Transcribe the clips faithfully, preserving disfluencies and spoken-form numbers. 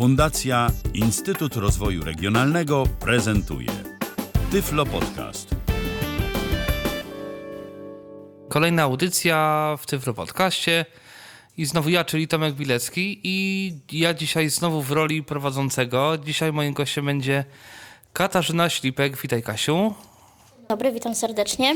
Fundacja Instytut Rozwoju Regionalnego prezentuje Tyflo Podcast. Kolejna audycja w Tyflo Podcaście i znowu ja, czyli Tomek Bilecki, i ja dzisiaj znowu w roli prowadzącego. Dzisiaj moim gościem będzie Katarzyna Ślipek. Witaj, Kasiu. Dobry, witam serdecznie.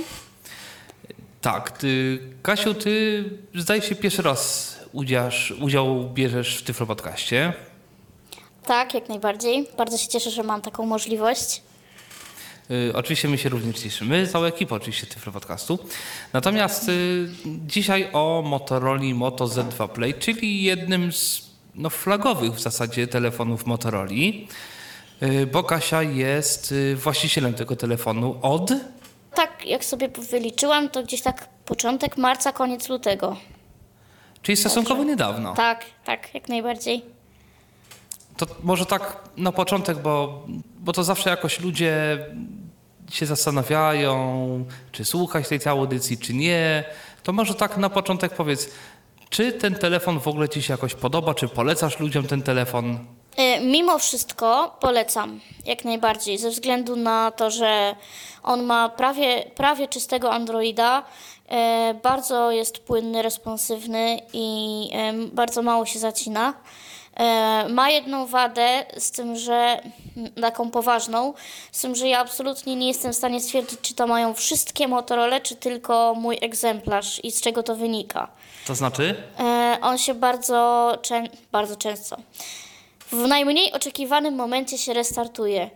Tak, ty, Kasiu, ty zdaje się pierwszy raz udziasz, udział bierzesz w Tyflo Podcaście. Tak, jak najbardziej. Bardzo się cieszę, że mam taką możliwość. Y, oczywiście my się również cieszymy, cała ekipa oczywiście Tyflo Podcastu. Natomiast y, dzisiaj o Motorola Moto Z dwa Play, czyli jednym z no, flagowych w zasadzie telefonów Motorola, y, bo Kasia jest y, właścicielem tego telefonu od... Tak, jak sobie wyliczyłam, to gdzieś tak początek marca, koniec lutego. Czyli stosunkowo niedawno. Tak, tak, jak najbardziej. To może tak na początek, bo, bo to zawsze jakoś ludzie się zastanawiają, czy słuchać tej całej audycji, czy nie. To może tak na początek powiedz, czy ten telefon w ogóle ci się jakoś podoba, czy polecasz ludziom ten telefon? E, mimo wszystko polecam, jak najbardziej, ze względu na to, że on ma prawie, prawie czystego Androida, e, bardzo jest płynny, responsywny i e, bardzo mało się zacina. E, ma jedną wadę, z tym, że taką poważną, z tym, że ja absolutnie nie jestem w stanie stwierdzić, czy to mają wszystkie Motorola, czy tylko mój egzemplarz i z czego to wynika. To znaczy? E, on się bardzo, czę- bardzo często, w najmniej oczekiwanym momencie się restartuje.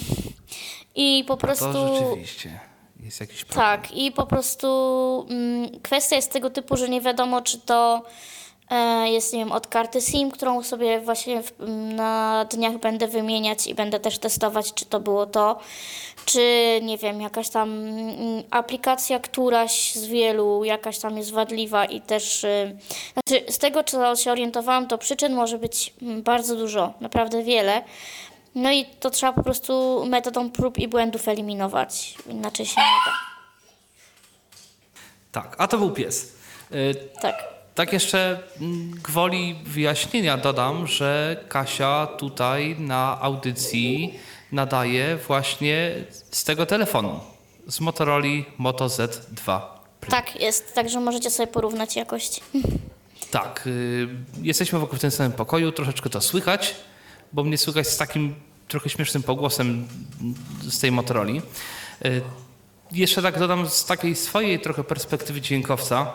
I po prostu... To rzeczywiście jest jakiś problem. Tak, i po prostu mm, kwestia jest tego typu, że nie wiadomo, czy to e, jest, nie wiem, od karty SIM, którą sobie właśnie w, na dniach będę wymieniać i będę też testować, czy to było to, czy, nie wiem, jakaś tam mm, aplikacja któraś z wielu, jakaś tam jest wadliwa i też, y, znaczy z tego, co się orientowałam, to przyczyn może być mm, bardzo dużo, naprawdę wiele. No i to trzeba po prostu metodą prób i błędów eliminować, inaczej się nie da. Tak, a to był pies. Y, Tak. Tak jeszcze gwoli wyjaśnienia dodam, że Kasia tutaj na audycji nadaje właśnie z tego telefonu, z Motorola Moto Z dwa Play. Tak jest, także możecie sobie porównać jakość. Tak, y, jesteśmy wokół w tym samym pokoju, troszeczkę to słychać, bo mnie słychać z takim trochę śmiesznym pogłosem z tej Motorola. Y, jeszcze tak dodam z takiej swojej trochę perspektywy dźwiękowca.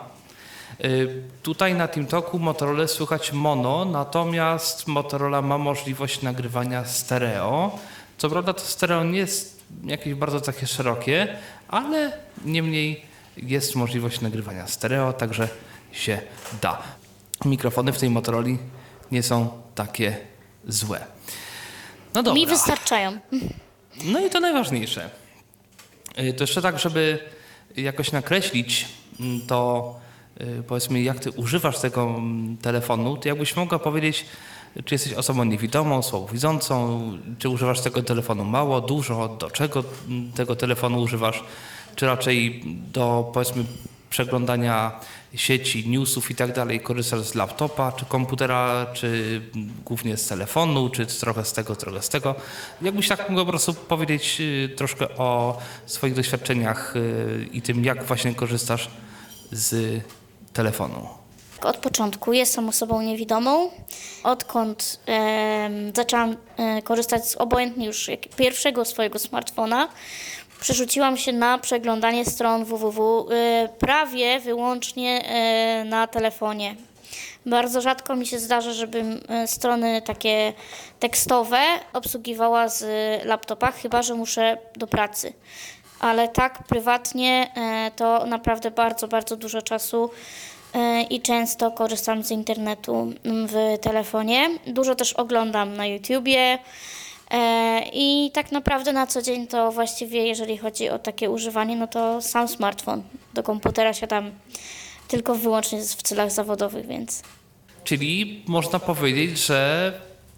Y, tutaj na TeamTalku Motorola słychać mono, natomiast Motorola ma możliwość nagrywania stereo. Co prawda to stereo nie jest jakieś bardzo takie szerokie, ale niemniej jest możliwość nagrywania stereo, także się da. Mikrofony w tej Motorola nie są takie złe. No dobra. Mi wystarczają. No i to najważniejsze. Y, To jeszcze tak, żeby jakoś nakreślić mm, to, y, powiedzmy, jak ty używasz tego mm, telefonu, to jakbyś mogła powiedzieć, czy jesteś osobą niewidomą, słabowidzącą, czy używasz tego telefonu mało, dużo, do czego mm, tego telefonu używasz, czy raczej do, powiedzmy, przeglądania sieci, newsów i tak dalej korzystasz z laptopa, czy komputera, czy głównie z telefonu, czy trochę z tego, trochę z tego. Jakbyś tak mogła po prostu powiedzieć y, troszkę o swoich doświadczeniach y, i tym, jak właśnie korzystasz z telefonu. Od początku jestem osobą niewidomą. Odkąd em, zaczęłam e, korzystać z obojętnie już jak, pierwszego swojego smartfona, przerzuciłam się na przeglądanie stron www e, prawie wyłącznie e, na telefonie. Bardzo rzadko mi się zdarza, żebym e, strony takie tekstowe obsługiwała z laptopa, chyba że muszę do pracy. Ale tak prywatnie e, to naprawdę bardzo, bardzo dużo czasu e, i często korzystam z internetu w telefonie. Dużo też oglądam na YouTubie. E, I tak naprawdę na co dzień to właściwie, jeżeli chodzi o takie używanie, no to sam smartfon. Do komputera siadam tylko wyłącznie w celach zawodowych, więc... Czyli można powiedzieć, że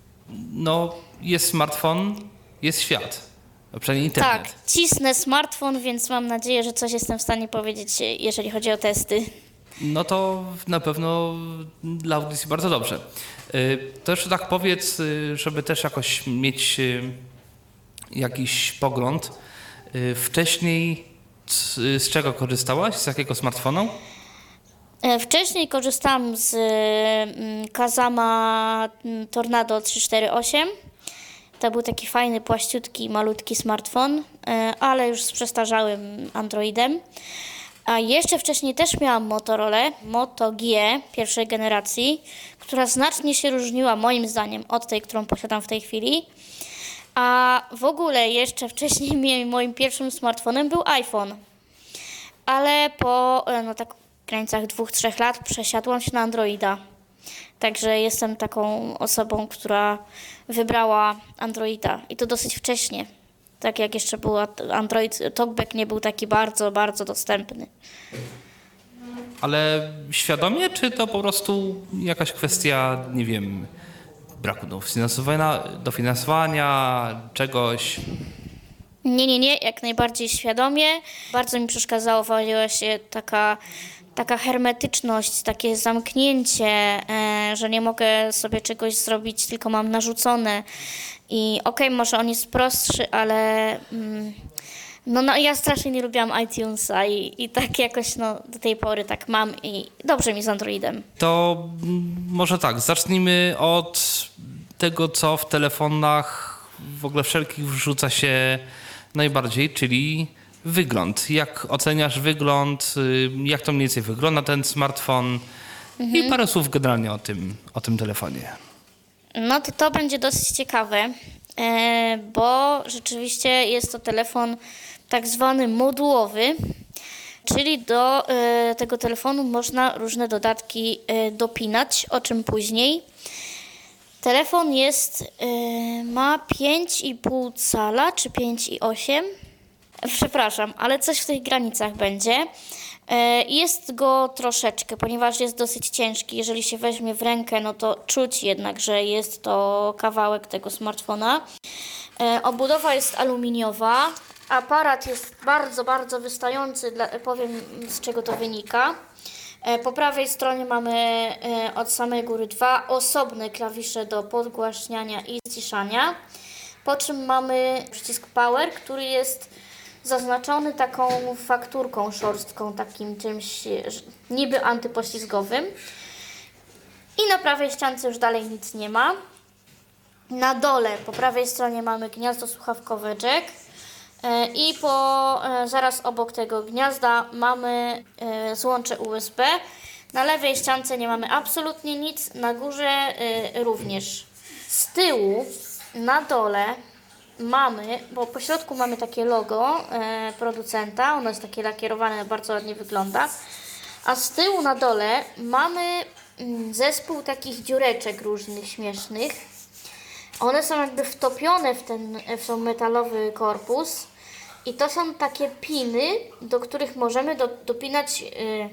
no, jest smartfon, jest świat, a przynajmniej internet. Tak, cisnę smartfon, więc mam nadzieję, że coś jestem w stanie powiedzieć, jeżeli chodzi o testy. No to na pewno dla audycji bardzo dobrze. To jeszcze tak powiedz, żeby też jakoś mieć jakiś pogląd. Wcześniej z, z czego korzystałaś? Z jakiego smartfonu? Wcześniej korzystałam z mm, Kazama Tornado trzysta czterdzieści osiem. To był taki fajny, płaściutki, malutki smartfon, e, ale już z przestarzałym Androidem. A jeszcze wcześniej też miałam Motorolę Moto G pierwszej generacji, która znacznie się różniła moim zdaniem od tej, którą posiadam w tej chwili. A w ogóle jeszcze wcześniej moim pierwszym smartfonem był iPhone. Ale po no tak w granicach dwóch, trzech lat przesiadłam się na Androida. Także jestem taką osobą, która wybrała Androida i to dosyć wcześnie. Tak jak jeszcze był Android, TalkBack nie był taki bardzo, bardzo dostępny. Ale świadomie, czy to po prostu jakaś kwestia, nie wiem, braku dofinansowania, dofinansowania czegoś? Nie, nie, nie, jak najbardziej świadomie. Bardzo mi przeszkadzało się taka, taka hermetyczność, takie zamknięcie, e, że nie mogę sobie czegoś zrobić, tylko mam narzucone. I okej, okay, może on jest prostszy, ale mm, no, no ja strasznie nie lubiłam iTunesa i, i tak jakoś no, do tej pory tak mam i dobrze mi z Androidem. To mm, może tak, zacznijmy od tego, co w telefonach w ogóle wszelkich wrzuca się najbardziej, czyli wygląd. Jak oceniasz wygląd, jak to mniej więcej wygląda ten smartfon mhm. i parę słów generalnie o tym, o tym telefonie. No to to będzie dosyć ciekawe, e, bo rzeczywiście jest to telefon tak zwany modułowy, czyli do e, tego telefonu można różne dodatki e, dopinać, o czym później. Telefon jest, y, ma pięć i pół cala, czy pięć i osiem. Przepraszam, ale coś w tych granicach będzie. Y, jest go troszeczkę, ponieważ jest dosyć ciężki. Jeżeli się weźmie w rękę, no to czuć jednak, że jest to kawałek tego smartfona. Y, obudowa jest aluminiowa. Aparat jest bardzo, bardzo wystający. Dla, powiem, z czego to wynika. Po prawej stronie mamy od samej góry dwa osobne klawisze do podgłaśniania i ściszania, po czym mamy przycisk Power, który jest zaznaczony taką fakturką szorstką, takim czymś niby antypoślizgowym. I na prawej ściance już dalej nic nie ma. Na dole po prawej stronie mamy gniazdo słuchawkowe jack. I po, zaraz obok tego gniazda mamy złącze U S B. Na lewej ściance nie mamy absolutnie nic, na górze również. Z tyłu, na dole mamy, bo po środku mamy takie logo producenta, ono jest takie lakierowane, bardzo ładnie wygląda. A z tyłu na dole mamy zespół takich dziureczek różnych, śmiesznych. One są jakby wtopione w ten, w ten metalowy korpus. I to są takie piny, do których możemy do, dopinać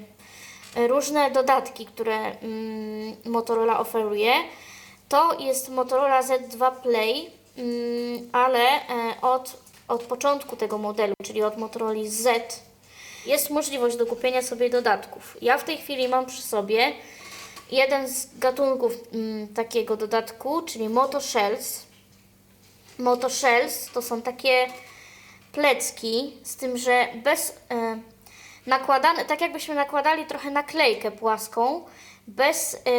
y, różne dodatki, które y, Motorola oferuje. To jest Motorola Z dwa Play, y, ale y, od, od początku tego modelu, czyli od Motorola Z, jest możliwość do kupienia sobie dodatków. Ja w tej chwili mam przy sobie jeden z gatunków y, takiego dodatku, czyli Moto Shells. Moto Shells to są takie plecki, z tym, że bez e, nakładane, tak jakbyśmy nakładali trochę naklejkę płaską, bez e,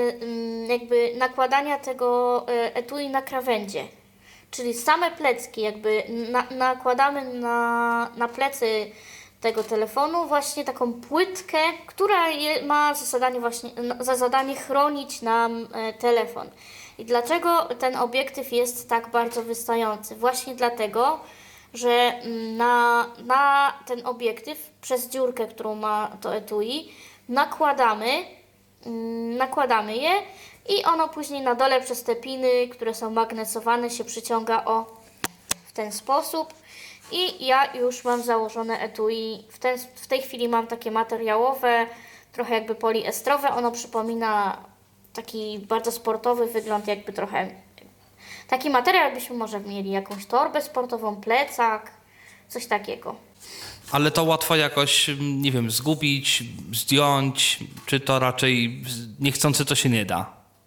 jakby nakładania tego e, etui na krawędzie. Czyli same plecki jakby na, nakładamy na, na plecy tego telefonu właśnie taką płytkę, która je, ma za zadanie, właśnie, za zadanie chronić nam e, telefon. I dlaczego ten obiektyw jest tak bardzo wystający? Właśnie dlatego, że na, na ten obiektyw przez dziurkę, którą ma to etui, nakładamy, nakładamy je i ono później na dole przez te piny, które są magnesowane, się przyciąga o w ten sposób. I ja już mam założone etui. W, ten, w tej chwili mam takie materiałowe, trochę jakby poliestrowe. Ono przypomina taki bardzo sportowy wygląd, jakby trochę taki materiał, jakbyśmy może mieli jakąś torbę sportową, plecak, coś takiego. Ale to łatwo jakoś, nie wiem, zgubić, zdjąć, czy to raczej niechcący to się nie da?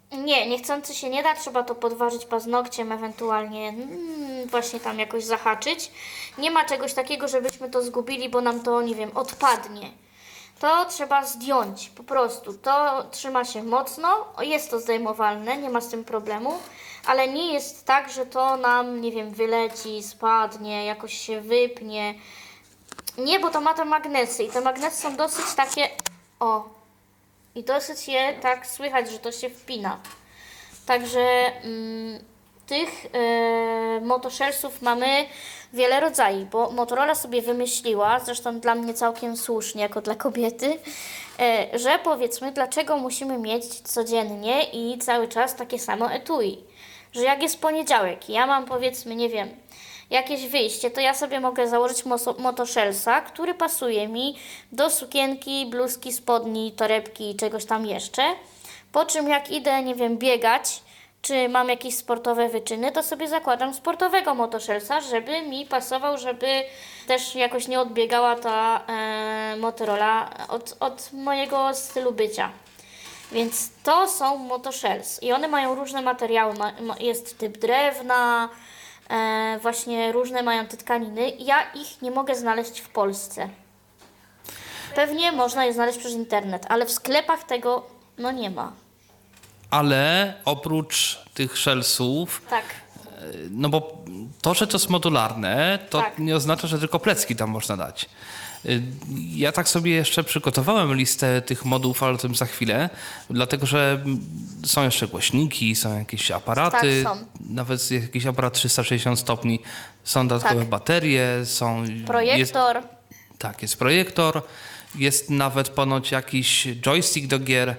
Nie, niechcący się nie da, trzeba to podważyć paznokciem, ewentualnie mm, właśnie tam jakoś zahaczyć. Nie ma czegoś takiego, żebyśmy to zgubili, bo nam to, nie wiem, odpadnie. To trzeba zdjąć, po prostu. To trzyma się mocno, jest to zdejmowalne, nie ma z tym problemu, ale nie jest tak, że to nam, nie wiem, wyleci, spadnie, jakoś się wypnie. Nie, bo to ma te magnesy i te magnesy są dosyć takie, o, i dosyć je tak słychać, że to się wpina. Także mm, tych y, motoshelfów mamy wiele rodzajów, bo Motorola sobie wymyśliła, zresztą dla mnie całkiem słusznie, jako dla kobiety, y, że powiedzmy, dlaczego musimy mieć codziennie i cały czas takie samo etui. Że jak jest poniedziałek i ja mam, powiedzmy, nie wiem, jakieś wyjście, to ja sobie mogę założyć motoshelfa, który pasuje mi do sukienki, bluzki, spodni, torebki i czegoś tam jeszcze. Po czym jak idę, nie wiem, biegać, czy mam jakieś sportowe wyczyny, to sobie zakładam sportowego motoshelfa, żeby mi pasował, żeby też jakoś nie odbiegała ta e, Motorola od, od mojego stylu bycia. Więc to są motoshelfs i one mają różne materiały. Ma, ma, jest typ drewna, e, właśnie różne mają te tkaniny. Ja ich nie mogę znaleźć w Polsce. Pewnie można je znaleźć przez internet, ale w sklepach tego no nie ma. Ale oprócz tych shelfsów, Tak. no bo to, że to jest modularne, to Tak. nie oznacza, że tylko plecki tam można dać. Ja tak sobie jeszcze przygotowałem listę tych modułów, ale o tym za chwilę, dlatego że są jeszcze głośniki, są jakieś aparaty, Tak, są. nawet jakiś aparat trzysta sześćdziesiąt stopni, są dodatkowe Tak. baterie, są... Projektor. Jest, tak, jest projektor, jest nawet ponoć jakiś joystick do gier.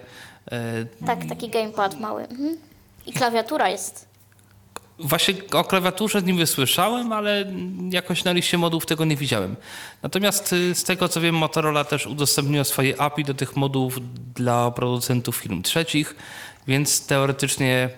Tak, taki gamepad mały. Mhm. I klawiatura jest. Właśnie o klawiaturze niby słyszałem, ale jakoś na liście modułów tego nie widziałem. Natomiast y, z tego co wiem, Motorola też udostępniła swoje A P I do tych modułów dla producentów firm trzecich, więc teoretycznie,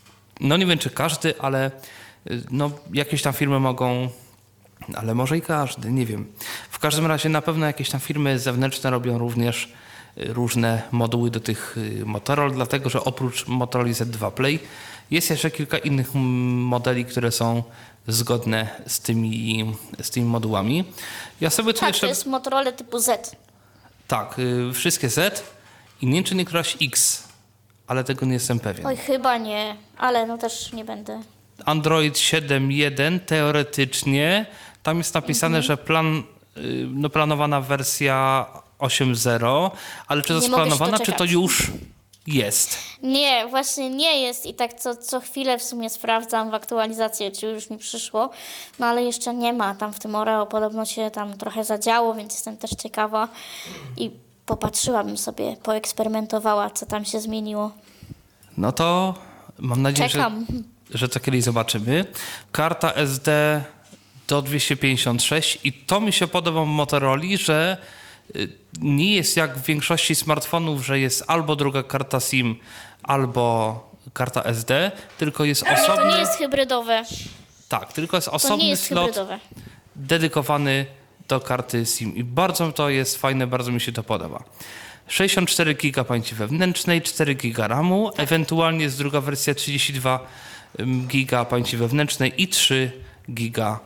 no nie wiem czy każdy, ale y, no jakieś tam firmy mogą, ale może i każdy, nie wiem. W każdym razie na pewno jakieś tam firmy zewnętrzne robią również y, różne moduły do tych y, Motorola, dlatego że oprócz Motorola Z dwa Play jest jeszcze kilka innych modeli, które są zgodne z tymi, z tymi modułami. Ja sobie tu Tak, jeszcze... to jest Motorola typu Z. Tak, y, wszystkie Z i nie wiem, czy nie któraś X, ale tego nie jestem pewien. Oj, chyba nie, ale no też nie będę. Android siedem jeden teoretycznie, tam jest napisane, Mhm. że plan, y, no planowana wersja osiem zero, ale czy to Nie jest mogę się planowana, czy to doczekać. już jest? Nie, właśnie nie jest i tak co, co chwilę w sumie sprawdzam w aktualizacji, czy już mi przyszło, no ale jeszcze nie ma. Tam w tym Oreo podobno się tam trochę zadziało, więc jestem też ciekawa i popatrzyłabym sobie, poeksperymentowała, co tam się zmieniło. No to mam nadzieję, że, Czekam. że to kiedyś zobaczymy. Karta S D do dwieście pięćdziesiąt sześć i to mi się podoba w Motorola, że y, nie jest jak w większości smartfonów, że jest albo druga karta SIM, albo karta S D, tylko jest Nie, to osobny... nie jest hybrydowe. Tak, tylko jest To osobny nie jest slot hybrydowe. dedykowany do karty SIM i bardzo to jest fajne, bardzo mi się to podoba. sześćdziesiąt cztery giga pamięci wewnętrznej, cztery giga ramu, ewentualnie jest druga wersja trzydzieści dwa giga pamięci wewnętrznej i trzy giga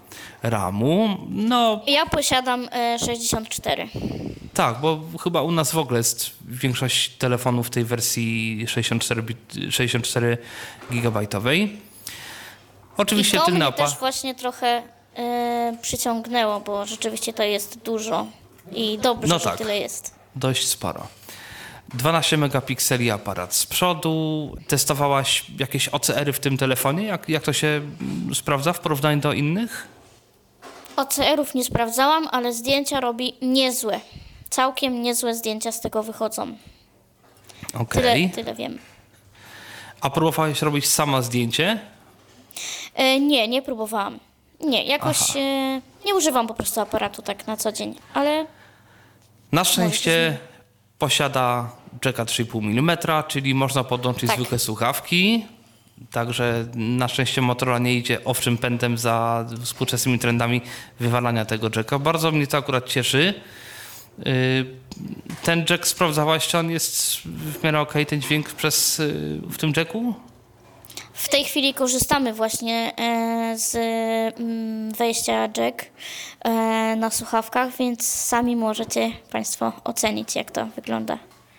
ramu. No Ja posiadam e, sześćdziesiąt cztery. tak, bo chyba u nas w ogóle jest większość telefonów w tej wersji sześćdziesiąt cztery, sześćdziesiąt cztery gigabajtowej. Oczywiście I to tylny mnie też apa- właśnie trochę e, przyciągnęło, bo rzeczywiście to jest dużo i dobrze, No że tak. tyle jest. Dość sporo. dwanaście megapikseli aparat z przodu. Testowałaś jakieś O C R-y w tym telefonie? Jak, jak to się mm, sprawdza w porównaniu do innych? O C R-ów nie sprawdzałam, ale zdjęcia robi niezłe. Całkiem niezłe zdjęcia z tego wychodzą. Okej. Tyle, tyle wiem. A próbowałeś robić sama zdjęcie? E, nie, nie próbowałam. Nie, jakoś e, nie używam po prostu aparatu tak na co dzień, ale Na szczęście posiada jacka trzy i pół milimetra, czyli można podłączyć Tak. zwykłe słuchawki. Także na szczęście Motorola nie idzie owczym pędem za współczesnymi trendami wywalania tego jacka. Bardzo mnie to akurat cieszy. Ten jack sprawdzałaś, czy on jest w miarę okej, ten dźwięk przez, w tym jacku? W tej chwili korzystamy właśnie e, z mm, wejścia jack e, na słuchawkach, więc sami możecie Państwo ocenić, jak to wygląda.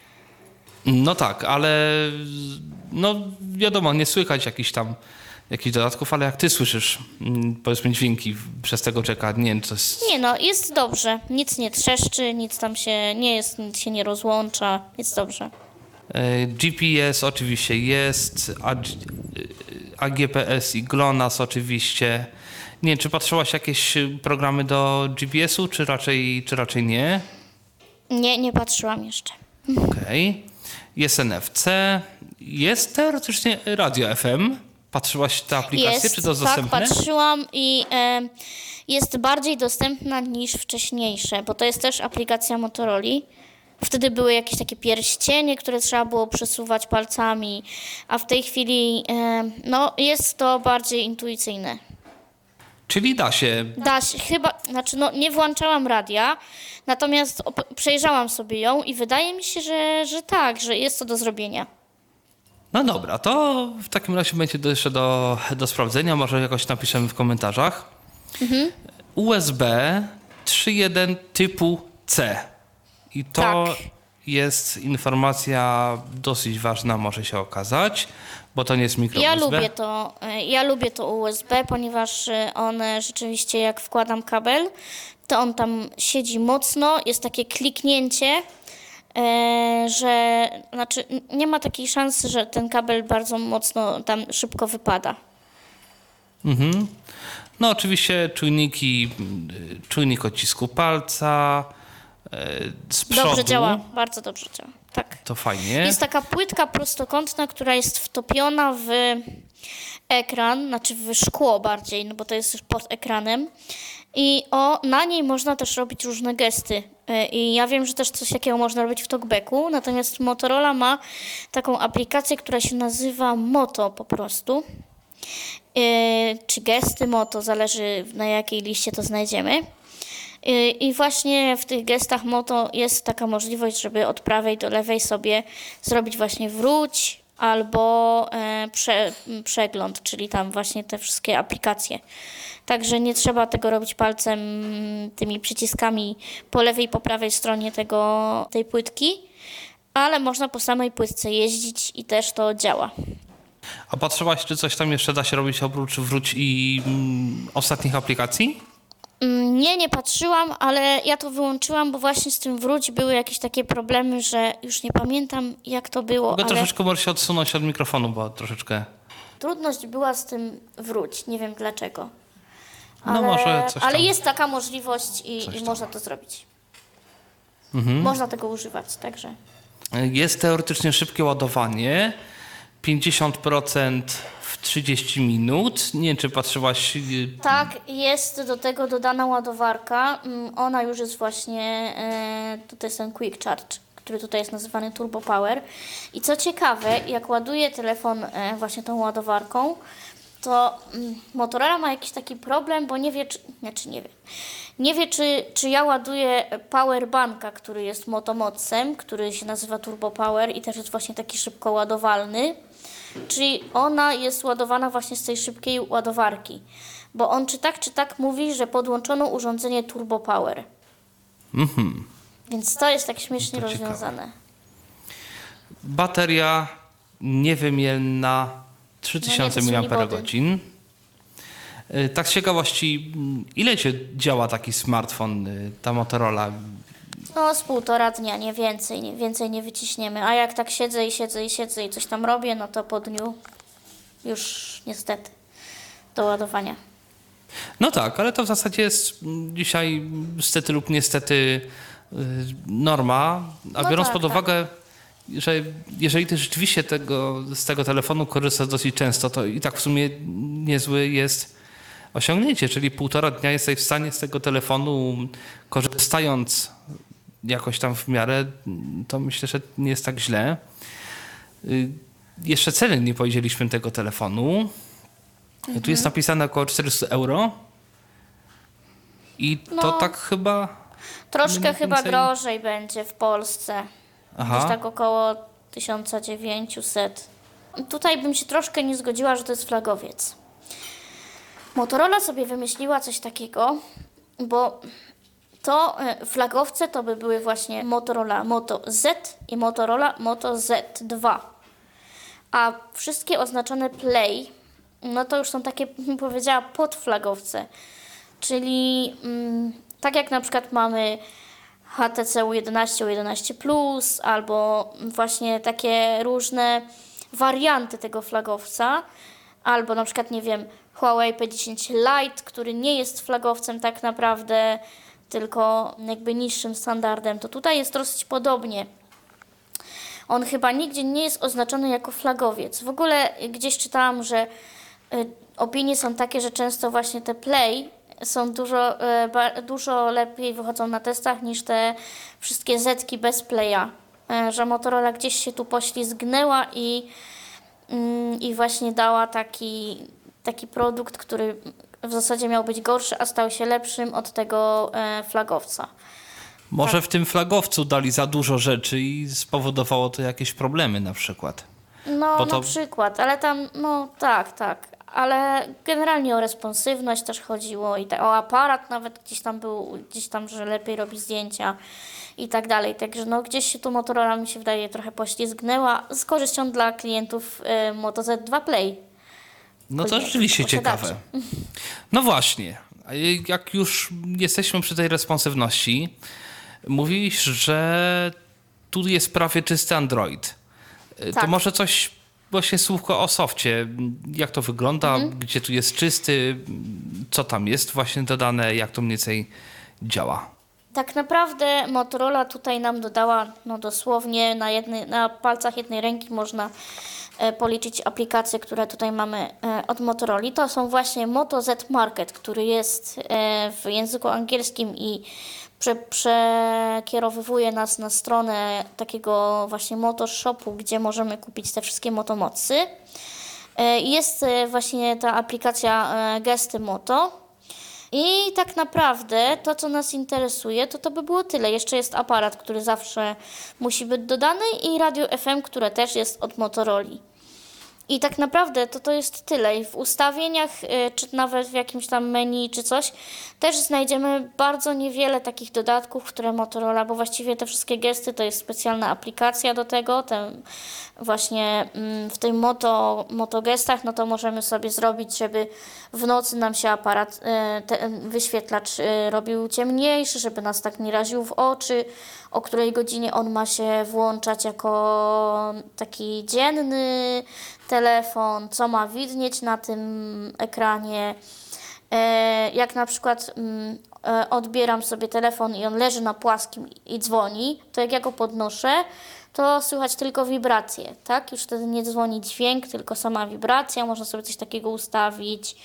No tak, ale no wiadomo, nie słychać jakichś tam jakichś dodatków, ale jak ty słyszysz, powiedzmy, dźwięki przez tego jacka, nie wiem, to jest... Nie no, jest dobrze. Nic nie trzeszczy, nic tam się nie jest, nic się nie rozłącza. Jest dobrze. G P S oczywiście jest, A G P S i GLONASS oczywiście. Nie wiem, czy patrzyłaś jakieś programy do G P S u, czy raczej, czy raczej nie? Nie, nie patrzyłam jeszcze. Okej. Okay. Jest N F C, jest teoretycznie radio F M. Patrzyłaś tę aplikację, Jest, czy to jest tak, dostępne? patrzyłam i e, jest bardziej dostępna niż wcześniejsze, bo to jest też aplikacja Motorola. Wtedy były jakieś takie pierścienie, które trzeba było przesuwać palcami, a w tej chwili e, no, jest to bardziej intuicyjne. Czyli da się. Da się, chyba, znaczy no nie włączałam radia, natomiast op- przejrzałam sobie ją i wydaje mi się, że, że tak, że jest to do zrobienia. No dobra, to w takim razie będzie to jeszcze do, do sprawdzenia, może jakoś napiszemy w komentarzach. Mhm. U S B trzy jeden typu C. I to Tak. jest informacja dosyć ważna, może się okazać, bo to nie jest mikro Ja U S B. lubię to, e, ja lubię to U S B, ponieważ e, on e, rzeczywiście jak wkładam kabel, to on tam siedzi mocno, jest takie kliknięcie, e, że znaczy n- nie ma takiej szansy, że ten kabel bardzo mocno tam szybko wypada. Mhm. No oczywiście czujniki, y, czujnik odcisku palca, y, z przodu. Dobrze działa, bardzo dobrze działa. Tak. To fajnie. Jest taka płytka prostokątna, która jest wtopiona w ekran, znaczy w szkło bardziej, no bo to jest już pod ekranem. I o, na niej można też robić różne gesty. Y, I ja wiem, że też coś takiego można robić w talkbacku, natomiast Motorola ma taką aplikację, która się nazywa Moto po prostu. Y, czy gesty Moto, zależy na jakiej liście to znajdziemy. Y, I właśnie w tych gestach Moto jest taka możliwość, żeby od prawej do lewej sobie zrobić właśnie wróć albo e, prze, m, przegląd, czyli tam właśnie te wszystkie aplikacje. Także nie trzeba tego robić palcem, m, tymi przyciskami po lewej i po prawej stronie tego, tej płytki, ale można po samej płytce jeździć i też to działa. A patrzyłaś, czy coś tam jeszcze da się robić oprócz wróć i mm, ostatnich aplikacji? Mm, Nie, nie patrzyłam, ale ja to wyłączyłam, bo właśnie z tym wróć były jakieś takie problemy, że już nie pamiętam jak to było, Mogę ale troszeczkę może się odsunąć od mikrofonu, bo troszeczkę... trudność była z tym wróć, nie wiem dlaczego. No Ale, może coś ale tam- jest taka możliwość i, coś i tam. można to zrobić. Mhm. Można tego używać, także. Jest teoretycznie szybkie ładowanie, pięćdziesiąt procent w trzydzieści minut. Nie wiem, czy patrzyłaś... y, Tak, jest do tego dodana ładowarka. Mm, Ona już jest właśnie, e, tutaj jest ten Quick Charge, który tutaj jest nazywany Turbo Power. I co ciekawe, jak ładuję telefon e, właśnie tą ładowarką, to mm, Motorola ma jakiś taki problem, bo nie wie, czy, znaczy nie wie, nie wie, czy, czy ja ładuję powerbanka, który jest motomocem, który się nazywa Turbo Power i też jest właśnie taki szybko ładowalny, czyli ona jest ładowana właśnie z tej szybkiej ładowarki, bo on czy tak, czy tak mówi, że podłączono urządzenie Turbo Power. Mhm. Więc to jest tak śmiesznie To ciekawe. rozwiązane. Bateria niewymienna, trzy tysiące No nie, to są miliampergodzin. Y, Tak z ciekawości, mm, ile cię działa taki smartfon, y, ta Motorola? No z półtora dnia, nie więcej, nie, więcej nie wyciśniemy. A jak tak siedzę i siedzę i siedzę i coś tam robię, no to po dniu już niestety do ładowania. No tak, ale to w zasadzie jest mm, dzisiaj mm, stety lub niestety y, norma, a No biorąc tak, pod tak. uwagę, że jeżeli ty rzeczywiście tego, z tego telefonu korzystasz dosyć często, to i tak w sumie niezły jest osiągnięcie, czyli półtora dnia jesteś w stanie z tego telefonu, korzystając jakoś tam w miarę, to myślę, że nie jest tak źle. Y, Jeszcze ceny nie powiedzieliśmy tego telefonu. Mhm. Tu jest napisane około czterysta euro. I to No. tak chyba... Troszkę Mniej chyba więcej? drożej będzie w Polsce. Aha. Gdzieś tak około tysiąc dziewięćset. Tutaj bym się troszkę nie zgodziła, że to jest flagowiec. Motorola sobie wymyśliła coś takiego, bo to e, flagowce to by były właśnie Motorola Moto Z i Motorola Moto Z dwa. A wszystkie oznaczone Play, no to już są takie, bym powiedziała, podflagowce. Czyli mm, tak jak na przykład mamy H T C U jedenaście, U jedenaście plus, albo właśnie takie różne warianty tego flagowca, albo na przykład, nie wiem, Huawei P dziesięć Lite, który nie jest flagowcem tak naprawdę, tylko jakby niższym standardem, to tutaj jest dosyć podobnie. On chyba nigdzie nie jest oznaczony jako flagowiec. W ogóle gdzieś czytałam, że y, opinie są takie, że często właśnie te Play są dużo, y, ba, dużo lepiej wychodzą na testach niż te wszystkie Zetki bez Playa. Y, że Motorola gdzieś się tu poślizgnęła i, y, i właśnie dała taki, taki produkt, który w zasadzie miał być gorszy, a stał się lepszym od tego y, flagowca. Może w tym flagowcu dali za dużo rzeczy i spowodowało to jakieś problemy na przykład. No, Bo to- na przykład, ale tam, no tak, tak. Ale generalnie o responsywność też chodziło i ta, o aparat nawet gdzieś tam był, gdzieś tam, że lepiej robi zdjęcia i tak dalej. Także no gdzieś się tu Motorola, mi się wydaje, trochę poślizgnęła z korzyścią dla klientów y, Moto Z dwa Play. No to Klientów, rzeczywiście posiadaczy. ciekawe. No właśnie, a jak już jesteśmy przy tej responsywności, mówisz, że tu jest prawie czysty Android. To Tak. może coś, właśnie słówko o softie. Jak to wygląda, Mhm. gdzie tu jest czysty, co tam jest właśnie dodane, jak to mniej więcej działa. Tak naprawdę Motorola tutaj nam dodała, no dosłownie na, jednej, na palcach jednej ręki można e, policzyć aplikacje, które tutaj mamy e, od Motorola. To są właśnie Moto Z Market, który jest e, w języku angielskim i prze, przekierowywuje nas na stronę takiego właśnie Motoshopu, gdzie możemy kupić te wszystkie motomocy. E, jest e, właśnie ta aplikacja e, Gesty Moto. I tak naprawdę to, co nas interesuje, to to by było tyle. Jeszcze jest aparat, który zawsze musi być dodany i radio F M, które też jest od Motorola. I tak naprawdę to to jest tyle. I w ustawieniach, y, czy nawet w jakimś tam menu, czy coś, też znajdziemy bardzo niewiele takich dodatków, które Motorola, bo właściwie te wszystkie gesty to jest specjalna aplikacja do tego. Ten właśnie mm, w tym moto, motogestach, no to możemy sobie zrobić, żeby w nocy nam się aparat, y, ten wyświetlacz y, robił ciemniejszy, żeby nas tak nie raził w oczy, o której godzinie on ma się włączać jako taki dzienny telefon, co ma widnieć na tym ekranie. E, jak na przykład mm, e, odbieram sobie telefon i on leży na płaskim i dzwoni, to jak ja go podnoszę, to słychać tylko wibracje, tak? Już wtedy nie dzwoni dźwięk, tylko sama wibracja, można sobie coś takiego ustawić.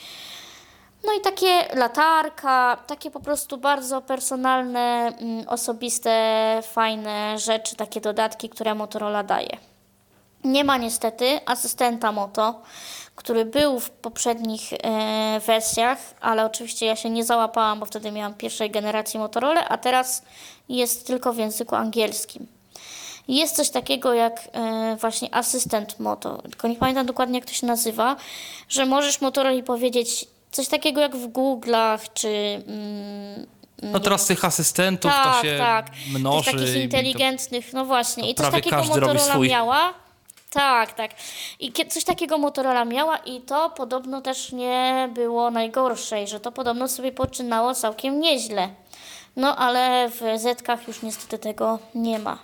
No i takie latarka, takie po prostu bardzo personalne, mm, osobiste, fajne rzeczy, takie dodatki, które Motorola daje. Nie ma niestety asystenta Moto, który był w poprzednich e, wersjach, ale oczywiście ja się nie załapałam, bo wtedy miałam pierwszej generacji Motorola, a teraz jest tylko w języku angielskim. Jest coś takiego jak e, właśnie asystent Moto, tylko nie pamiętam dokładnie jak to się nazywa, że możesz Motorola powiedzieć coś takiego jak w Google'ach, czy... Mm, No teraz tych asystentów tak, to się tak. mnoży. Tych takich i to- inteligentnych, no właśnie. to I coś prawie takiego każdy robi Motorola swój. miała. Tak, tak. I kie- coś takiego Motorola miała i to podobno też nie było najgorsze, i że to podobno sobie poczynało całkiem nieźle. No ale w Zetkach już niestety tego nie ma.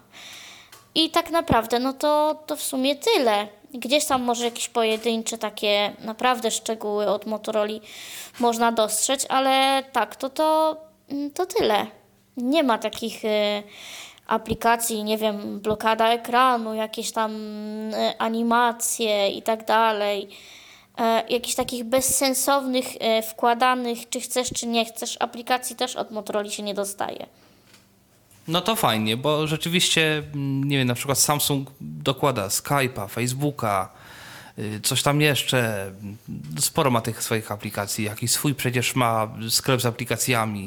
I tak naprawdę, no to, to w sumie tyle. Gdzieś tam może jakieś pojedyncze takie naprawdę szczegóły od Motorola można dostrzec, ale tak, to, to, to tyle. Nie ma takich y, aplikacji, nie wiem, blokada ekranu, jakieś tam y, animacje i tak dalej. E, jakichś takich bezsensownych, e, wkładanych, czy chcesz, czy nie chcesz, aplikacji też od Motorola się nie dostaje. No to fajnie, bo rzeczywiście, mm, nie wiem, na przykład Samsung dokłada Skype'a, Facebooka, coś tam jeszcze. Sporo ma tych swoich aplikacji. Jakiś swój przecież ma sklep z aplikacjami.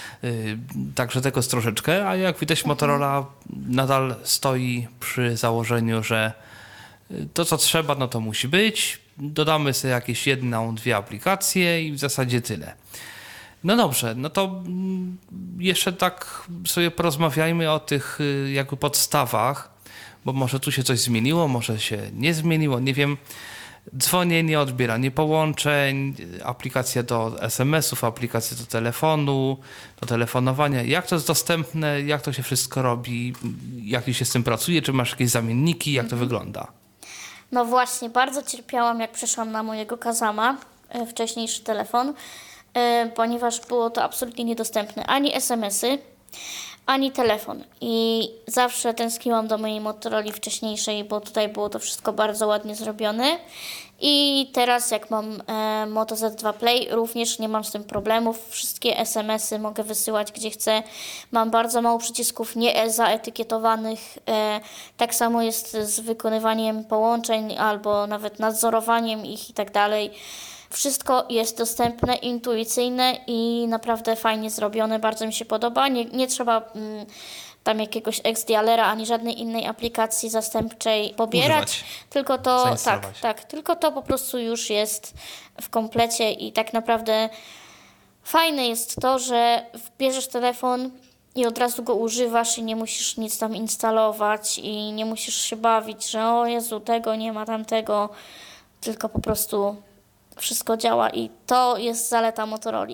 Także tego jest troszeczkę, a jak widać Motorola nadal stoi przy założeniu, że to co trzeba, no to musi być. Dodamy sobie jakieś jedną, dwie aplikacje i w zasadzie tyle. No dobrze, no to jeszcze tak sobie porozmawiajmy o tych jakby podstawach, bo może tu się coś zmieniło, może się nie zmieniło, nie wiem. Dzwonienie, odbieranie połączeń, aplikacja do es em esów, aplikacja do telefonu, do telefonowania. Jak to jest dostępne, jak to się wszystko robi, jak się z tym pracuje, czy masz jakieś zamienniki, jak to Mhm. wygląda? No właśnie, bardzo cierpiałam, jak przeszłam na mojego Kazama, e, wcześniejszy telefon, e, ponieważ było to absolutnie niedostępne. Ani es em esy, ani telefon. I zawsze tęskniłam do mojej Motorola wcześniejszej, bo tutaj było to wszystko bardzo ładnie zrobione. I teraz jak mam e, Moto zet dwa Play, również nie mam z tym problemów. Wszystkie es em esy mogę wysyłać gdzie chcę. Mam bardzo mało przycisków nie zaetykietowanych. E, tak samo jest z wykonywaniem połączeń albo nawet nadzorowaniem ich i tak dalej. Wszystko jest dostępne, intuicyjne i naprawdę fajnie zrobione. Bardzo mi się podoba. Nie, nie trzeba mm, tam jakiegoś ex-dialera ani żadnej innej aplikacji zastępczej pobierać. Używać. Tylko to, tak, Zainstalować. tak, tylko to po prostu już jest w komplecie i tak naprawdę fajne jest to, że bierzesz telefon i od razu go używasz i nie musisz nic tam instalować i nie musisz się bawić, że o Jezu, tego nie ma, tamtego, tylko po prostu wszystko działa i to jest zaleta Motorola.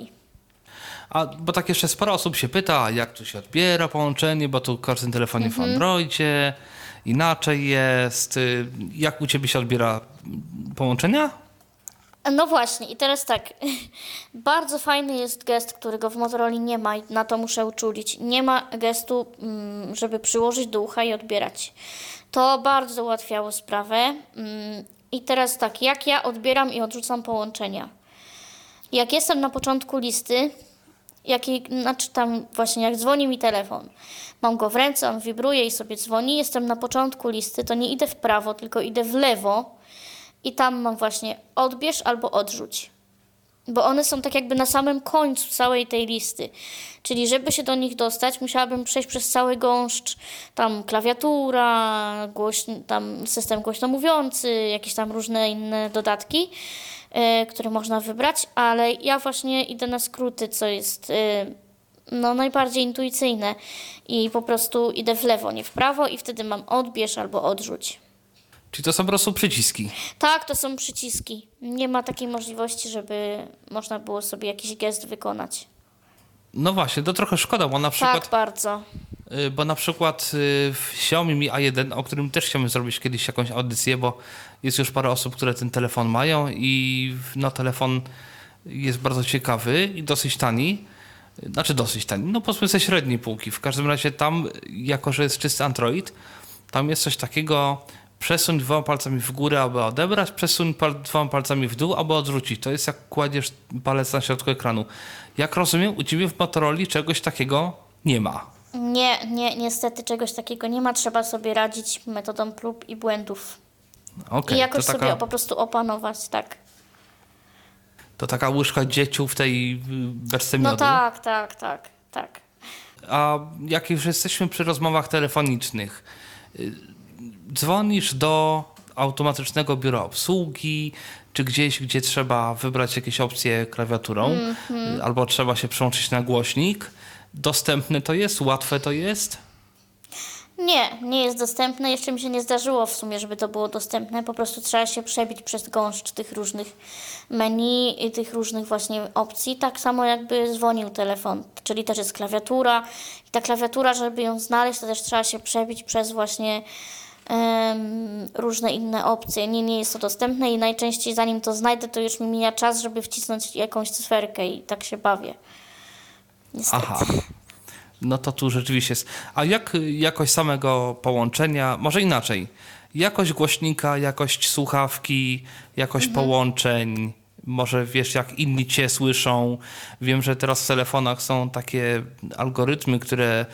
A bo tak jeszcze sporo osób się pyta, jak tu się odbiera połączenie, bo tu każdy telefon w Androidzie, inaczej jest. Y, Jak u ciebie się odbiera połączenia? No właśnie i teraz tak, bardzo fajny jest gest, którego w Motorola nie ma i na to muszę uczulić. Nie ma gestu, mm, żeby przyłożyć do ucha i odbierać. To bardzo ułatwiało sprawę. Mm, I teraz tak, jak ja odbieram i odrzucam połączenia. Jak jestem na początku listy, jak, jej- znaczy tam właśnie jak dzwoni mi telefon, mam go w ręce, on wibruje i sobie dzwoni, jestem na początku listy, to nie idę w prawo, tylko idę w lewo i tam mam właśnie odbierz albo odrzuć. Bo one są tak jakby na samym końcu całej tej listy. Czyli żeby się do nich dostać, musiałabym przejść przez cały gąszcz, tam klawiatura, głośn- tam system głośnomówiący, jakieś tam różne inne dodatki, y, które można wybrać, ale ja właśnie idę na skróty, co jest y, no, najbardziej intuicyjne i po prostu idę w lewo, nie w prawo i wtedy mam odbierz albo odrzuć. Czyli to są po prostu przyciski. Tak, to są przyciski. Nie ma takiej możliwości, żeby można było sobie jakiś gest wykonać. No właśnie, to trochę szkoda, bo na przykład, Tak, bardzo. y, bo na przykład y, w Xiaomi Mi A jeden, o którym też chciałbym zrobić kiedyś jakąś audycję, bo jest już parę osób, które ten telefon mają i no, telefon jest bardzo ciekawy i dosyć tani. Znaczy dosyć tani, no powiedzmy ze średniej półki. W każdym razie tam, jako że jest czysty Android, tam jest coś takiego, przesuń dwoma palcami w górę, aby odebrać, przesuń pal- dwoma palcami w dół, aby odrzucić. To jest jak kładziesz palec na środku ekranu. Jak rozumiem, u ciebie w Motorola czegoś takiego nie ma. Nie, nie, niestety czegoś takiego nie ma. Trzeba sobie radzić metodą prób i błędów. Okej, I jakoś to, sobie taka, po prostu opanować, tak. to taka łyżka dzieciu w tej y, beczce No miodu. tak, tak, tak, tak. A jak już jesteśmy przy rozmowach telefonicznych, y, dzwonisz do automatycznego biura obsługi, czy gdzieś, gdzie trzeba wybrać jakieś opcje klawiaturą, Mhm. y, albo trzeba się przełączyć na głośnik. Dostępne to jest? Łatwe to jest? Nie, nie jest dostępne. Jeszcze mi się nie zdarzyło w sumie, żeby to było dostępne. Po prostu trzeba się przebić przez gąszcz tych różnych menu i tych różnych właśnie opcji. Tak samo jakby dzwonił telefon, czyli też jest klawiatura. I ta klawiatura, żeby ją znaleźć, to też trzeba się przebić przez właśnie em, różne inne opcje. Nie, nie jest to dostępne i najczęściej zanim to znajdę, to już mi mija czas, żeby wcisnąć jakąś cyferkę i tak się bawię. Niestety. Aha. No to tu rzeczywiście jest. A jak y, jakość samego połączenia, może inaczej, jakość głośnika, jakość słuchawki, jakość połączeń, może wiesz jak inni cię słyszą. Wiem, że teraz w telefonach są takie algorytmy, które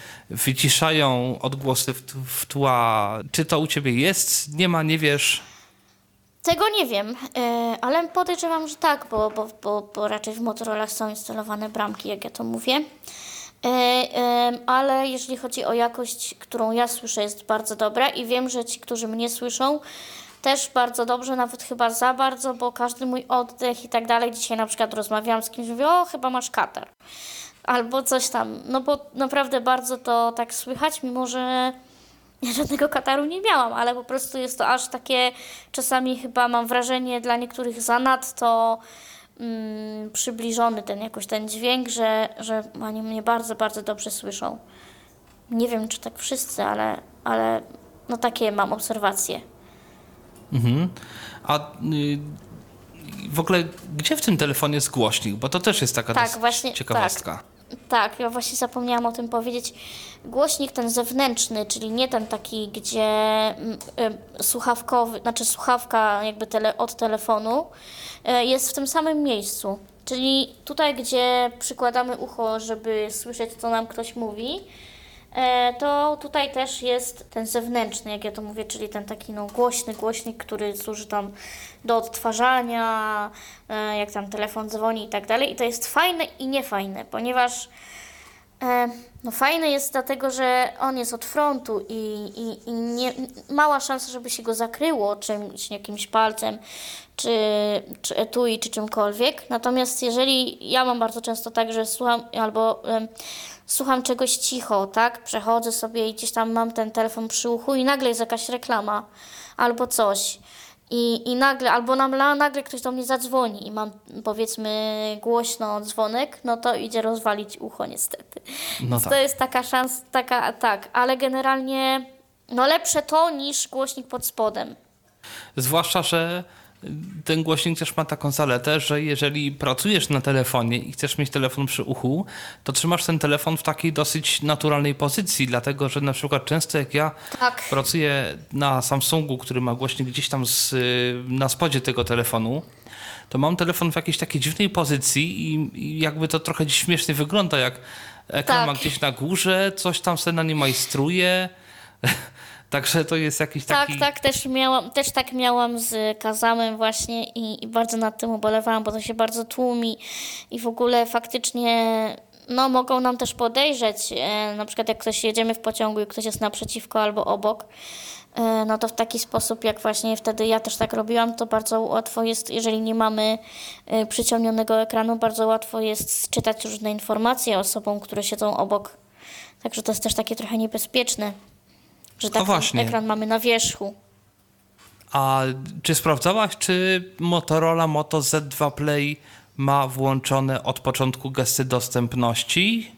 wyciszają odgłosy w, w tła. Czy to u ciebie jest? Nie ma, nie wiesz? Tego nie wiem, e, ale podejrzewam, że tak, bo, bo, bo, bo raczej w Motorolach są instalowane bramki, jak ja to mówię. E, e, ale jeżeli chodzi o jakość, którą ja słyszę, jest bardzo dobra i wiem, że ci, którzy mnie słyszą, też bardzo dobrze, nawet chyba za bardzo, bo każdy mój oddech i tak dalej. Dzisiaj na przykład rozmawiałam z kimś, mówię, o, chyba masz katar. Albo coś tam, no bo naprawdę bardzo to tak słychać, mimo że ja żadnego kataru nie miałam, ale po prostu jest to aż takie, czasami chyba mam wrażenie dla niektórych zanadto mm, przybliżony ten jakoś ten dźwięk, że, że oni mnie bardzo, bardzo dobrze słyszą. Nie wiem, czy tak wszyscy, ale, ale no takie mam obserwacje. Mhm. A y, w ogóle gdzie w tym telefonie jest głośnik? Bo to też jest taka Tak, dosyć właśnie, ciekawostka. Tak, ja właśnie zapomniałam o tym powiedzieć. Głośnik ten zewnętrzny, czyli nie ten taki, gdzie mm, y, słuchawkowy, znaczy słuchawka jakby tele, od telefonu, y, jest w tym samym miejscu. Czyli tutaj, gdzie przykładamy ucho, żeby słyszeć, co nam ktoś mówi, e, to tutaj też jest ten zewnętrzny, jak ja to mówię, czyli ten taki no, głośny głośnik, który służy tam do odtwarzania, e, jak tam telefon dzwoni i tak dalej. I to jest fajne i niefajne, ponieważ e, no fajne jest dlatego, że on jest od frontu i, i, i nie, mała szansa, żeby się go zakryło czymś, jakimś palcem, czy, czy etui, czy czymkolwiek. Natomiast jeżeli ja mam bardzo często tak, że słucham albo um, słucham czegoś cicho, tak, przechodzę sobie i gdzieś tam mam ten telefon przy uchu i nagle jest jakaś reklama albo coś. I, i nagle, albo nam nagle ktoś do mnie zadzwoni i mam powiedzmy głośno dzwonek, no to idzie rozwalić ucho niestety. No Więc tak. to jest taka szansa, taka, tak, ale generalnie no lepsze to niż głośnik pod spodem. Zwłaszcza, że ten głośnik też ma taką zaletę, że jeżeli pracujesz na telefonie i chcesz mieć telefon przy uchu, to trzymasz ten telefon w takiej dosyć naturalnej pozycji, dlatego że na przykład często jak ja Tak. pracuję na Samsungu, który ma głośnik gdzieś tam z, na spodzie tego telefonu, to mam telefon w jakiejś takiej dziwnej pozycji i, i jakby to trochę śmiesznie wygląda, jak ekran Tak. ma gdzieś na górze, coś tam sobie na nim majstruje. Także to jest jakiś taki... Tak, tak, też miałam, też tak miałam z Kazamem właśnie i, i bardzo nad tym ubolewałam, bo to się bardzo tłumi i w ogóle faktycznie no mogą nam też podejrzeć, e, na przykład jak ktoś jedziemy w pociągu i ktoś jest naprzeciwko albo obok, e, no to w taki sposób, jak właśnie wtedy ja też tak robiłam, to bardzo łatwo jest, jeżeli nie mamy e, przyciemnionego ekranu, bardzo łatwo jest czytać różne informacje osobom, które siedzą obok. Także to jest też takie trochę niebezpieczne, że tak właśnie. ekran mamy na wierzchu. A czy sprawdzałaś, czy Motorola Moto Z dwa Play ma włączone od początku gesty dostępności?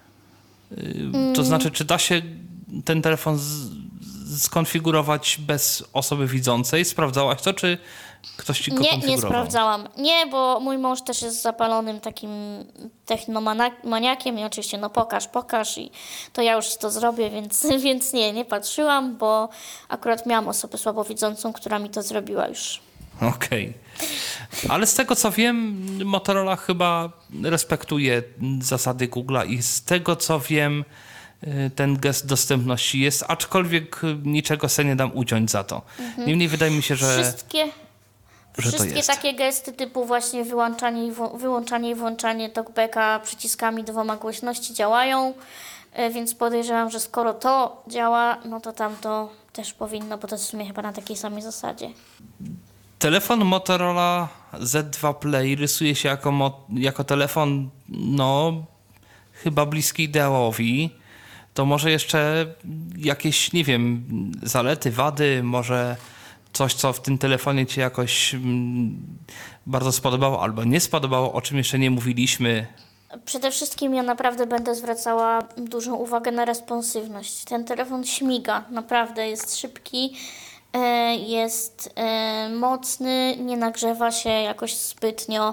Mm. To znaczy, czy da się ten telefon z- skonfigurować bez osoby widzącej? Sprawdzałaś to, czy ktoś ci go Nie, konfigurował? nie sprawdzałam. Nie, bo mój mąż też jest zapalonym takim technomaniakiem i oczywiście no pokaż, pokaż i to ja już ci to zrobię, więc, więc nie, nie patrzyłam, bo akurat miałam osobę słabowidzącą, która mi to zrobiła już. Okej. Ale z tego co wiem, Motorola chyba respektuje zasady Google'a i z tego co wiem, y, ten gest dostępności jest, aczkolwiek niczego sobie nie dam uciąć za to. Niemniej wydaje mi się, że, Wszystkie, że to wszystkie jest. takie gesty typu właśnie wyłączanie i, wo- wyłączanie i włączanie talkbacka przyciskami dwoma głośności działają, e, więc podejrzewam, że skoro to działa, no to tamto też powinno, bo to jest w sumie chyba na takiej samej zasadzie. Telefon Motorola Z dwa Play rysuje się jako, mo- jako telefon, no, chyba bliski ideałowi. To może jeszcze jakieś, nie wiem, zalety, wady, może coś, co w tym telefonie ci jakoś mm, bardzo spodobało albo nie spodobało, o czym jeszcze nie mówiliśmy. Przede wszystkim ja naprawdę będę zwracała dużą uwagę na responsywność. Ten telefon śmiga, naprawdę jest szybki, e, jest e, mocny, nie nagrzewa się jakoś zbytnio.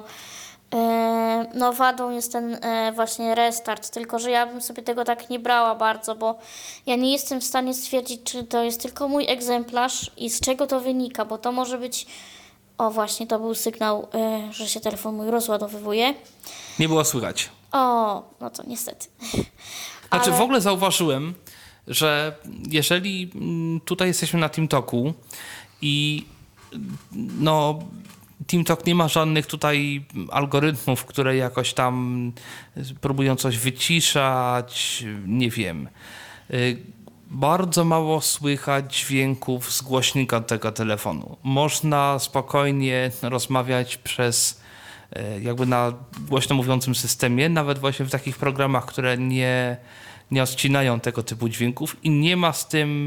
E, No wadą jest ten e, właśnie restart, tylko że ja bym sobie tego tak nie brała bardzo, bo ja nie jestem w stanie stwierdzić, czy to jest tylko mój egzemplarz i z czego to wynika, bo to może być... O właśnie, to był sygnał, e, że się telefon mój rozładowywuje. Nie było słychać. O, no to niestety. Znaczy Ale- w ogóle zauważyłem, że jeżeli mm, tutaj jesteśmy na TeamTalku i no TeamTalk nie ma żadnych tutaj algorytmów, które jakoś tam próbują coś wyciszać, nie wiem. Bardzo mało słychać dźwięków z głośnika tego telefonu. Można spokojnie rozmawiać przez jakby na głośno mówiącym systemie, nawet właśnie w takich programach, które nie, nie odcinają tego typu dźwięków i nie ma z tym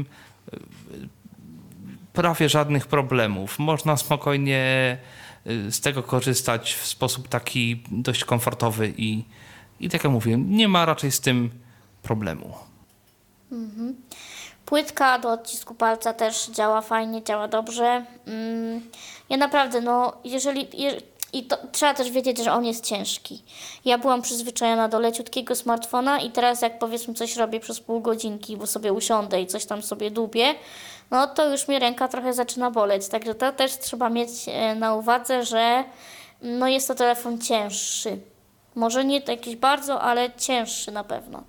prawie żadnych problemów. Można spokojnie z tego korzystać w sposób taki dość komfortowy i, i tak jak mówię, nie ma raczej z tym problemu. Mhm. Płytka do odcisku palca też działa fajnie, działa dobrze. Mm, ja naprawdę, no, jeżeli... Je, I to trzeba też wiedzieć, że on jest ciężki. Ja byłam przyzwyczajona do leciutkiego smartfona i teraz jak powiedzmy coś robię przez pół godzinki, bo sobie usiądę i coś tam sobie dłubię, no to już mnie ręka trochę zaczyna boleć. Także to też trzeba mieć na uwadze, że no jest to telefon cięższy. Może nie jakiś bardzo, ale cięższy na pewno.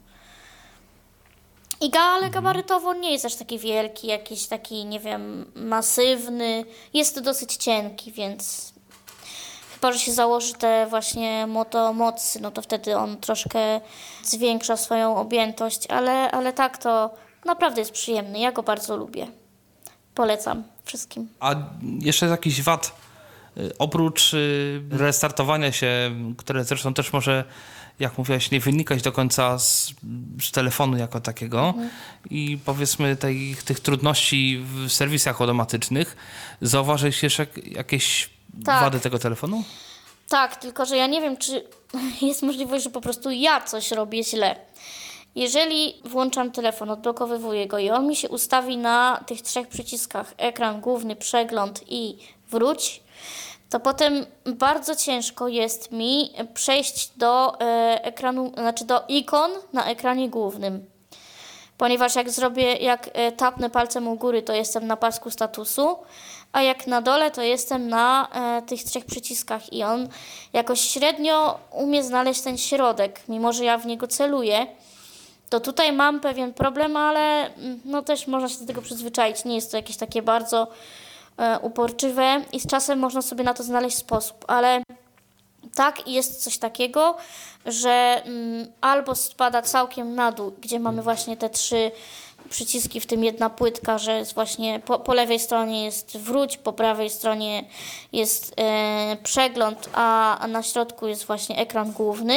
I ga, ale gabarytowo nie jest aż taki wielki, jakiś taki, nie wiem, masywny. Jest to dosyć cienki, więc... Chyba, że się założy te właśnie Moto Mocy, no to wtedy on troszkę zwiększa swoją objętość, ale, ale tak to naprawdę jest przyjemny. Ja go bardzo lubię. Polecam wszystkim. A jeszcze jakiś wad, oprócz restartowania się, które zresztą też może, jak mówiłaś, nie wynikać do końca z, z telefonu jako takiego mhm. i powiedzmy tej, tych trudności w serwisach automatycznych, zauważyłeś jeszcze jakieś tak. wady tego telefonu? Tak, tylko że ja nie wiem, czy jest możliwość, że po prostu ja coś robię źle. Jeżeli włączam telefon, odblokowywuję go i on mi się ustawi na tych trzech przyciskach, ekran główny, przegląd i wróć, to potem bardzo ciężko jest mi przejść do e, ekranu, znaczy do ikon na ekranie głównym. Ponieważ jak zrobię, jak e, tapnę palcem u góry, to jestem na pasku statusu, a jak na dole, to jestem na e, tych trzech przyciskach i on jakoś średnio umie znaleźć ten środek, mimo że ja w niego celuję. To tutaj mam pewien problem, ale no też można się do tego przyzwyczaić. Nie jest to jakieś takie bardzo e, uporczywe i z czasem można sobie na to znaleźć sposób, ale tak, jest coś takiego, że mm, albo spada całkiem na dół, gdzie mamy właśnie te trzy przyciski, w tym jedna płytka, że jest właśnie po, po lewej stronie jest wróć, po prawej stronie jest e, przegląd, a, a na środku jest właśnie ekran główny.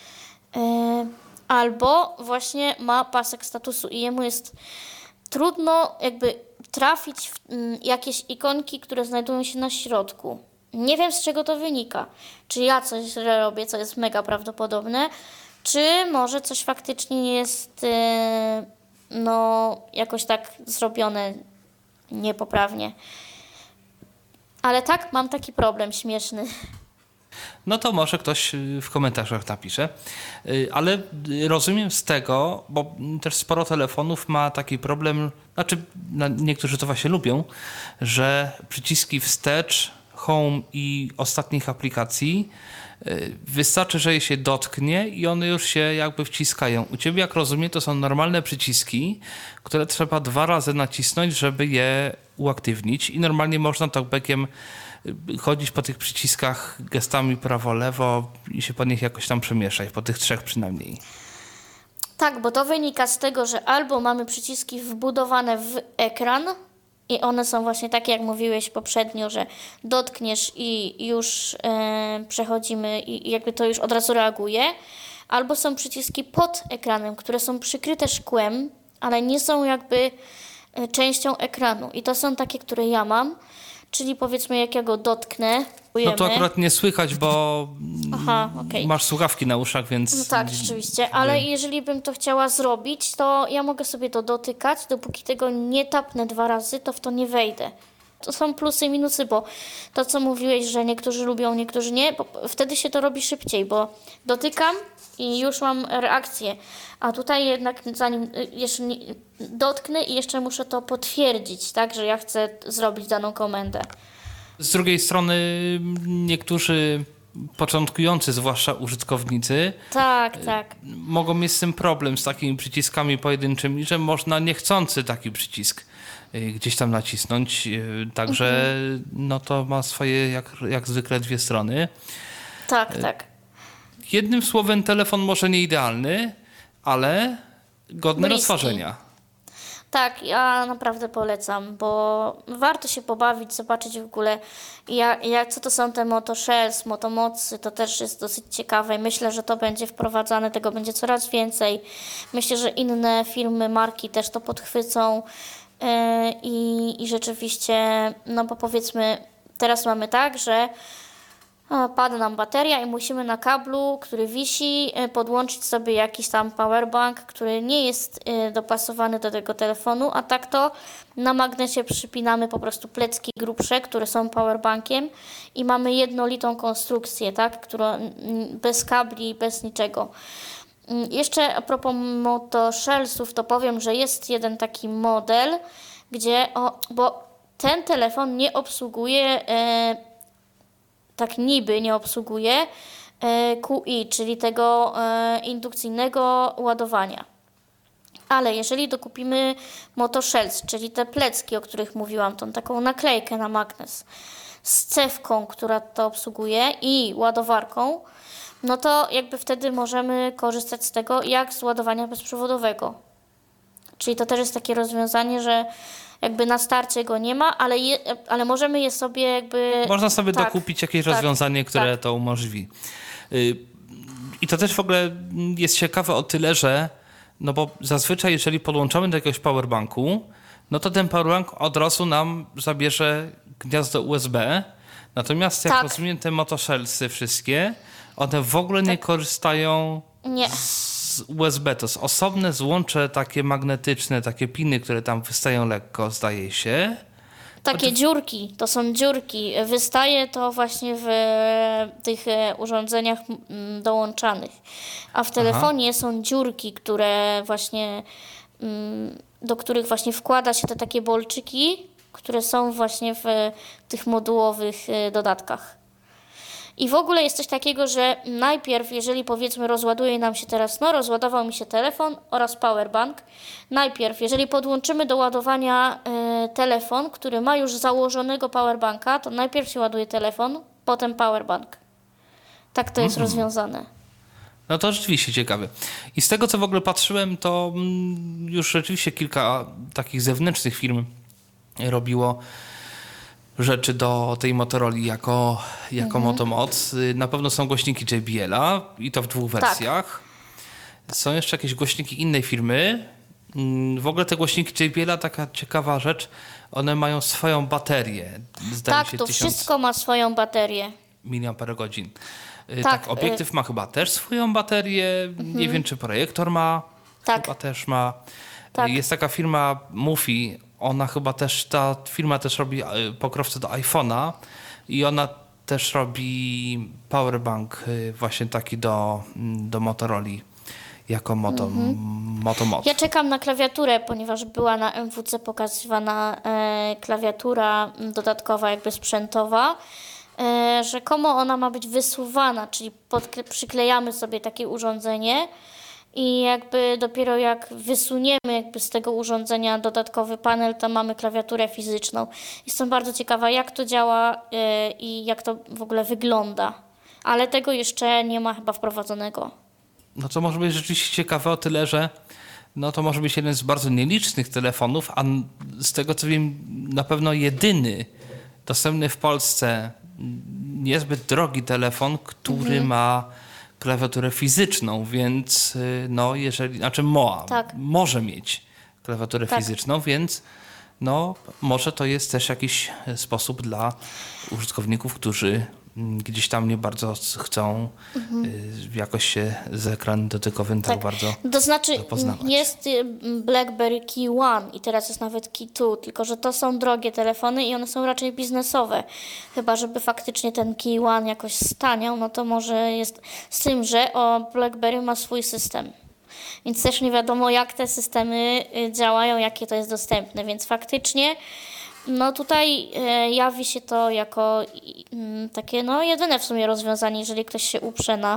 E, albo właśnie ma pasek statusu i jemu jest trudno jakby trafić w m, jakieś ikonki, które znajdują się na środku. Nie wiem, z czego to wynika. Czy ja coś źle robię, co jest mega prawdopodobne, czy może coś faktycznie nie jest e, no jakoś tak zrobione niepoprawnie. Ale tak, mam taki problem śmieszny. No to może ktoś w komentarzach napisze. Ale rozumiem z tego, bo też sporo telefonów ma taki problem, znaczy niektórzy to właśnie lubią, że przyciski wstecz, home i ostatnich aplikacji wystarczy, że je się dotknie i one już się jakby wciskają. U ciebie, jak rozumiem, to są normalne przyciski, które trzeba dwa razy nacisnąć, żeby je uaktywnić i normalnie można talkbackiem chodzić po tych przyciskach gestami prawo-lewo i się po nich jakoś tam przemieszać, po tych trzech przynajmniej. Tak, bo to wynika z tego, że albo mamy przyciski wbudowane w ekran i one są właśnie takie, jak mówiłeś poprzednio, że dotkniesz i już e, przechodzimy i jakby to już od razu reaguje, albo są przyciski pod ekranem, które są przykryte szkłem, ale nie są jakby e, częścią ekranu i to są takie, które ja mam. Czyli powiedzmy, jak ja go dotknę, no to akurat nie słychać, bo Aha, okay. masz słuchawki na uszach, więc... No tak, rzeczywiście, ale jeżeli bym to chciała zrobić, to ja mogę sobie to dotykać, dopóki tego nie tapnę dwa razy, to w to nie wejdę. To są plusy i minusy, bo to, co mówiłeś, że niektórzy lubią, niektórzy nie, bo wtedy się to robi szybciej, bo dotykam i już mam reakcję, a tutaj jednak zanim jeszcze nie, dotknę i jeszcze muszę to potwierdzić, tak, że ja chcę zrobić daną komendę. Z drugiej strony niektórzy początkujący, zwłaszcza użytkownicy, tak, tak. mogą mieć z tym problem z takimi przyciskami pojedynczymi, że można niechcący taki przycisk gdzieś tam nacisnąć. Także mhm. no to ma swoje jak, jak zwykle dwie strony. Tak, tak. Jednym słowem telefon może nie idealny, ale godny Bliski. rozważenia. Tak, ja naprawdę polecam, bo warto się pobawić, zobaczyć w ogóle jak, jak, co to są te motoshells, motomocy, to też jest dosyć ciekawe i myślę, że to będzie wprowadzane, tego będzie coraz więcej. Myślę, że inne firmy, marki też to podchwycą yy, i, i rzeczywiście, no bo powiedzmy, teraz mamy tak, że pada nam bateria i musimy na kablu, który wisi, podłączyć sobie jakiś tam powerbank, który nie jest dopasowany do tego telefonu, a tak to na magnesie przypinamy po prostu plecki grubsze, które są powerbankiem i mamy jednolitą konstrukcję, tak, którą bez kabli, bez niczego. Jeszcze a propos motoshellsów, to powiem, że jest jeden taki model, gdzie, o, bo ten telefon nie obsługuje e, tak niby nie obsługuje Q I, czyli tego indukcyjnego ładowania. Ale jeżeli dokupimy motoshells, czyli te plecki, o których mówiłam, tą taką naklejkę na magnes z cewką, która to obsługuje i ładowarką, no to jakby wtedy możemy korzystać z tego jak z ładowania bezprzewodowego. Czyli to też jest takie rozwiązanie, że jakby na starcie go nie ma, ale, je, ale możemy je sobie jakby... Można sobie tak, dokupić jakieś tak, rozwiązanie, które tak. to umożliwi. I to też w ogóle jest ciekawe o tyle, że no bo zazwyczaj jeżeli podłączamy do jakiegoś powerbanku, no to ten powerbank od razu nam zabierze gniazdo U S B. Natomiast jak tak. rozumiem, te motoshellsy wszystkie, one w ogóle tak. nie korzystają nie. z U S B. To jest osobne złącze takie magnetyczne, takie piny, które tam wystają lekko, zdaje się. Takie Od... dziurki, to są dziurki. Wystaje to właśnie w tych urządzeniach dołączanych. A w telefonie Aha. są dziurki, które właśnie, do których właśnie wkłada się te takie bolczyki, które są właśnie w tych modułowych dodatkach. I w ogóle jest coś takiego, że najpierw, jeżeli powiedzmy rozładuje nam się teraz, no rozładował mi się telefon oraz powerbank, najpierw, jeżeli podłączymy do ładowania y, telefon, który ma już założonego powerbanka, to najpierw się ładuje telefon, potem powerbank. Tak to jest mm. rozwiązane. No to rzeczywiście ciekawe. I z tego, co w ogóle patrzyłem, to mm, już rzeczywiście kilka takich zewnętrznych firm robiło rzeczy do tej Motoroli jako, jako mhm. motomoc. Na pewno są głośniki J B L-a i to w dwóch wersjach. Tak. Są jeszcze jakieś głośniki innej firmy. W ogóle te głośniki J B L-a, taka ciekawa rzecz, one mają swoją baterię. Zdaje tak, się to wszystko ma swoją baterię. Miliamperogodzin. Tak, tak, obiektyw y- ma chyba też swoją baterię. Mhm. Nie wiem, czy projektor ma. Tak. Chyba też ma. Tak. Jest taka firma Mufi. Ona chyba też, ta firma też robi pokrowce do iPhone'a i ona też robi powerbank właśnie taki do, do Motoroli jako moto, mm-hmm. motomoc. Ja czekam na klawiaturę, ponieważ była na M W C pokazywana e, klawiatura dodatkowa, jakby sprzętowa. E, rzekomo ona ma być wysuwana, czyli podkle- przyklejamy sobie takie urządzenie i jakby dopiero jak wysuniemy jakby z tego urządzenia dodatkowy panel, to mamy klawiaturę fizyczną. Jestem bardzo ciekawa, jak to działa yy, i jak to w ogóle wygląda. Ale tego jeszcze nie ma chyba wprowadzonego. No to może być rzeczywiście ciekawe o tyle, że no to może być jeden z bardzo nielicznych telefonów, a z tego co wiem na pewno jedyny dostępny w Polsce niezbyt drogi telefon, który mhm. ma klawiaturę fizyczną, więc no jeżeli, znaczy M O A tak. może mieć klawiaturę tak. fizyczną, więc no może to jest też jakiś sposób dla użytkowników, którzy gdzieś tam nie bardzo chcą mhm. jakoś się z ekranem dotykowym tak, tak bardzo to znaczy zapoznawać. Jest BlackBerry Key One i teraz jest nawet Key Two, tylko że to są drogie telefony i one są raczej biznesowe. Chyba żeby faktycznie ten Key One jakoś staniał, no to może jest z tym, że o BlackBerry ma swój system. Więc też nie wiadomo jak te systemy działają, jakie to jest dostępne, więc faktycznie no tutaj e, jawi się to jako m, takie no jedyne w sumie rozwiązanie, jeżeli ktoś się uprze na,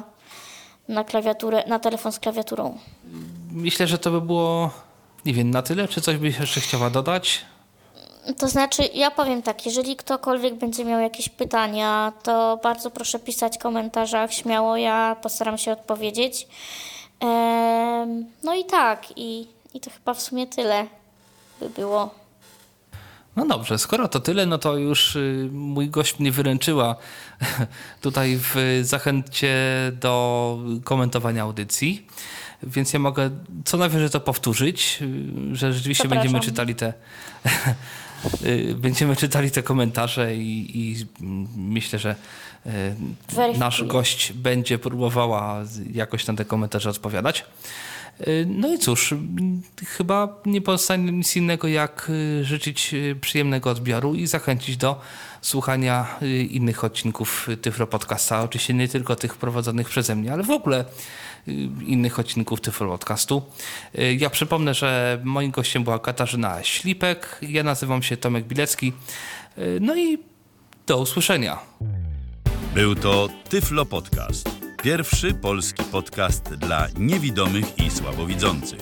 na klawiaturę, na telefon z klawiaturą. Myślę, że to by było, nie wiem, na tyle. Czy coś byś jeszcze chciała dodać? To znaczy, ja powiem tak, jeżeli ktokolwiek będzie miał jakieś pytania, to bardzo proszę pisać w komentarzach, śmiało, ja postaram się odpowiedzieć. Ehm, no i tak, i, i to chyba w sumie tyle by było. No dobrze, skoro to tyle, no to już y, mój gość mnie wyręczyła tutaj w zachęcie do komentowania audycji, więc ja mogę co najwyżej to powtórzyć, y, że rzeczywiście Zapraszam. będziemy czytali te y, będziemy czytali te komentarze i, i myślę, że y, Weryfikuję. nasz gość będzie próbowała jakoś na te komentarze odpowiadać. No i cóż, chyba nie pozostaje nic innego jak życzyć przyjemnego odbioru i zachęcić do słuchania innych odcinków Tyflo Podcasta. Oczywiście nie tylko tych prowadzonych przeze mnie, ale w ogóle innych odcinków Tyflo Podcastu. Ja przypomnę, że moim gościem była Katarzyna Ślipek, ja nazywam się Tomek Bilecki. No i do usłyszenia. Był to Tyflo Podcast. Pierwszy polski podcast dla niewidomych i słabowidzących.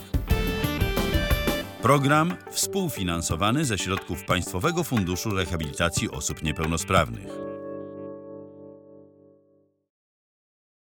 Program współfinansowany ze środków Państwowego Funduszu Rehabilitacji Osób Niepełnosprawnych.